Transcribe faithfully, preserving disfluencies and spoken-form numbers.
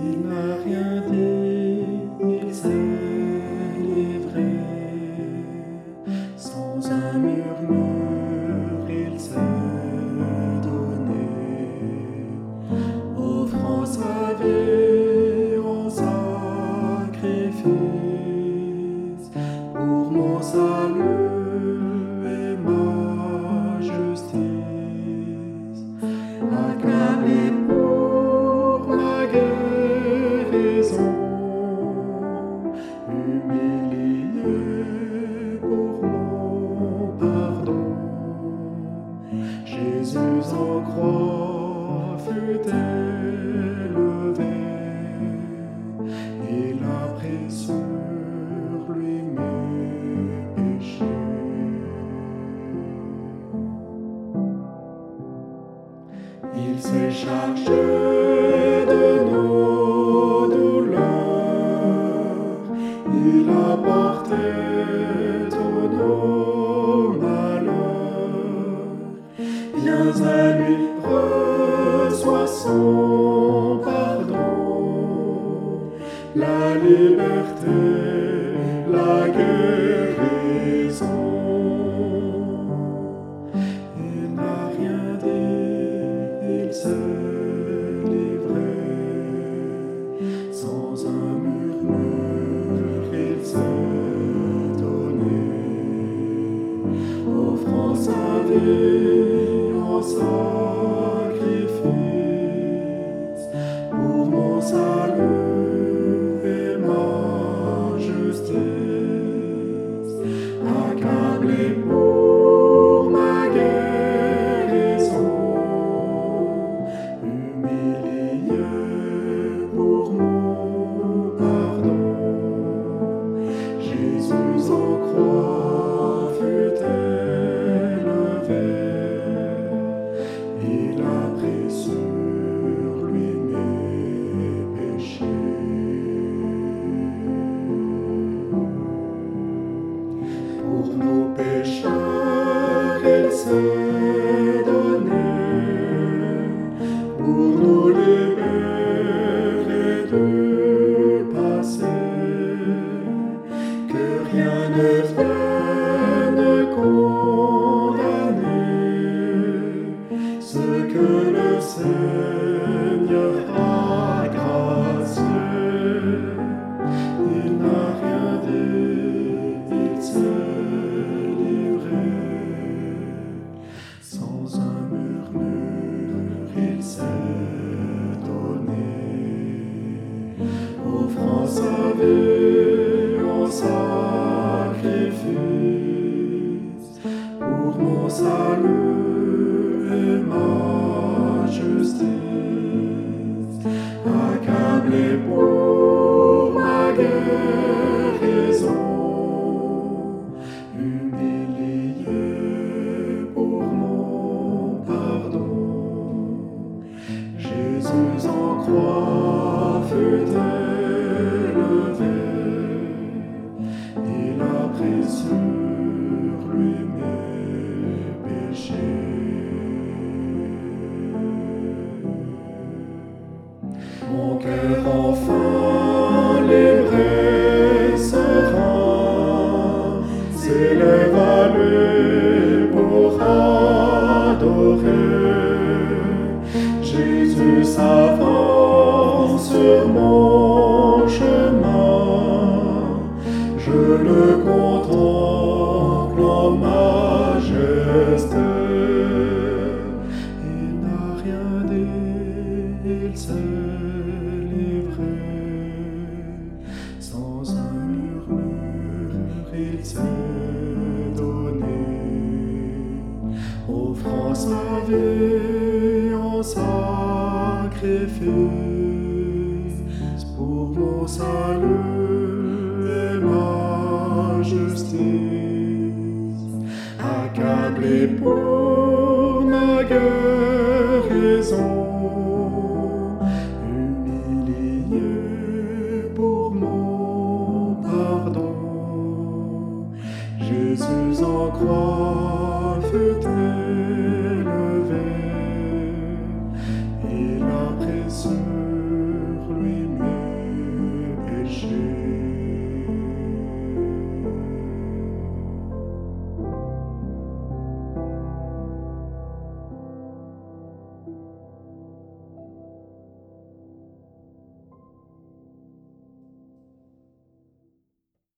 Il n'a rien dit, il s'est livré. Sans un murmure, il s'est donné, offrant sa vie en sacrifice pour mon salut et ma justice. Accablé pour ma guérison, humilié pour mon pardon, Jésus en croix fut élevé. Il a pris sur lui mes péchés. Il s'est chargé de nos douleurs, il a porté tous nos malheurs. Viens à lui, reçois son pardon, la liberté, la guérison. Il n'a rien dit, il s'est livré. Sans un murmure, il s'est donné, offrant sa vie en sacrifice pour mon salut et ma justice. Accablé pour ma guérison, humilié pour mon pardon, Jésus en croix fut élevé. Il a pris sur lui mes péchés. Pour nos pécheurs, il s'est donné, pour nous libérer du passé. Que rien ne vienne condamner ce que le Seigneur a gracié. Il n'a rien dit, il s'est livré. Sans un murmure, il s'est donné, offrant sa vie en sacrifice pour mon salut et ma justice. Accablé pour ma guérison, humilié pour mon pardon, Jésus en croix fut élevé. Il a pris sur lui mes péchés. Mon cœur enfin libre et serein s'élève à lui pour adorer. Jésus s'avance sur mon chemin, je le contemple en majesté. Il n'a rien dit, il s'est livré. Sans un murmure, il s'est donné, offrant sa vie en sacrifice pour mon salut et ma justice. Accablé pour ma guérison, humilié pour mon pardon, Jésus en croix fut élevé.